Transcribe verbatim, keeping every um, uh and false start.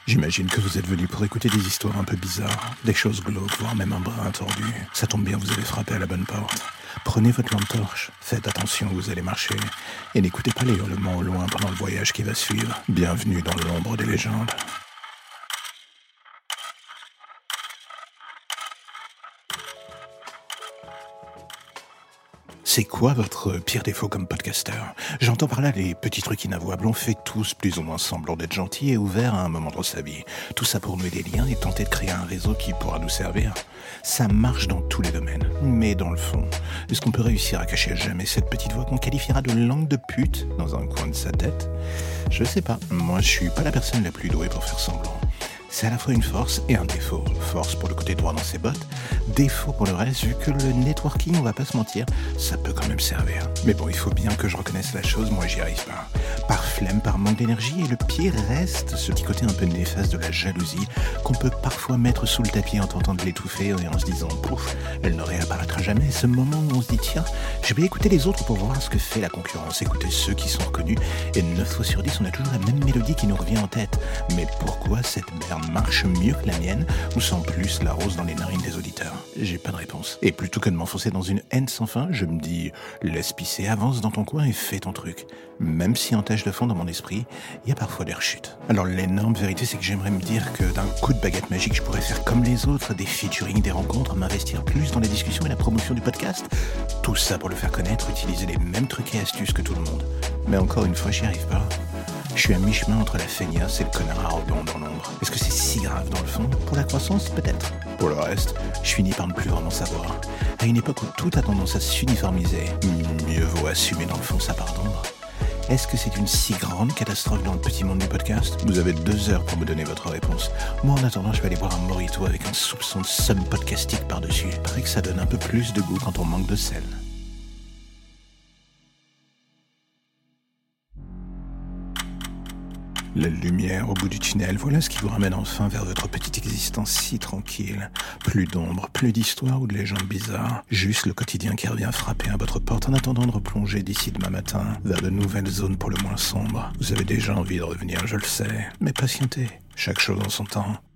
J'imagine que vous êtes venu pour écouter des histoires un peu bizarres, des choses glauques, voire même un brin tordu. Ça tombe bien, vous avez frappé à la bonne porte. Prenez votre lampe torche, faites attention où vous allez marcher, et n'écoutez pas les hurlements au loin pendant le voyage qui va suivre. Bienvenue dans l'ombre des légendes. C'est quoi votre pire défaut comme podcasteur? J'entends par là les petits trucs inavouables. On fait tous plus ou moins semblant d'être gentils et ouverts à un moment de sa vie. Tout ça pour nouer des liens et tenter de créer un réseau qui pourra nous servir. Ça marche dans tous les domaines. Mais dans le fond, est-ce qu'on peut réussir à cacher à jamais cette petite voix qu'on qualifiera de langue de pute dans un coin de sa tête? Je sais pas. Moi, je suis pas la personne la plus douée pour faire semblant. C'est à la fois une force et un défaut. Force pour le côté droit dans ses bottes, défaut pour le reste, vu que le networking, on va pas se mentir, ça peut quand même servir. Mais bon, il faut bien que je reconnaisse la chose, moi j'y arrive pas. Par flemme, par manque d'énergie, et le pire reste ce petit côté un peu néfaste de la jalousie qu'on peut parfois mettre sous le tapis en tentant de l'étouffer et en se disant pouf, elle ne réapparaîtra jamais. Ce moment où on se dit tiens, je vais écouter les autres pour voir ce que fait la concurrence, écouter ceux qui sont reconnus, et neuf fois sur dix, on a toujours la même mélodie qui nous revient en tête. Mais pourquoi cette merde marche mieux que la mienne ou sent plus la rose dans les narines des auditeurs? J'ai pas de réponse. Et plutôt que de m'enfoncer dans une haine sans fin, je me dis laisse pisser, avance dans ton coin et fais ton truc. Même si en tâche de fond dans mon esprit, il y a parfois des rechutes. Alors l'énorme vérité, c'est que j'aimerais me dire que d'un coup de baguette magique, je pourrais faire comme les autres, des featuring, des rencontres, m'investir plus dans la discussion et la promotion du podcast. Tout ça pour le faire connaître, utiliser les mêmes trucs et astuces que tout le monde. Mais encore une fois, j'y arrive pas. Je suis à mi-chemin entre la feignasse et le connard arrogant dans l'ombre. Est-ce que c'est si grave dans le fond? Pour la croissance, peut-être. Pour le reste, je finis par ne plus vraiment savoir. À une époque où tout a tendance à s'uniformiser, mieux vaut assumer dans le fond sa part d'ombre. Est-ce que c'est une si grande catastrophe dans le petit monde du podcast? Vous avez deux heures pour me donner votre réponse. Moi, en attendant, je vais aller boire un mojito avec un soupçon de somme podcastique par-dessus. Il paraît que ça donne un peu plus de goût quand on manque de sel. La lumière au bout du tunnel, voilà ce qui vous ramène enfin vers votre petite existence si tranquille. Plus d'ombre, plus d'histoires ou de légendes bizarres. Juste le quotidien qui revient frapper à votre porte en attendant de replonger d'ici demain matin vers de nouvelles zones pour le moins sombres. Vous avez déjà envie de revenir, je le sais, mais patientez, chaque chose en son temps.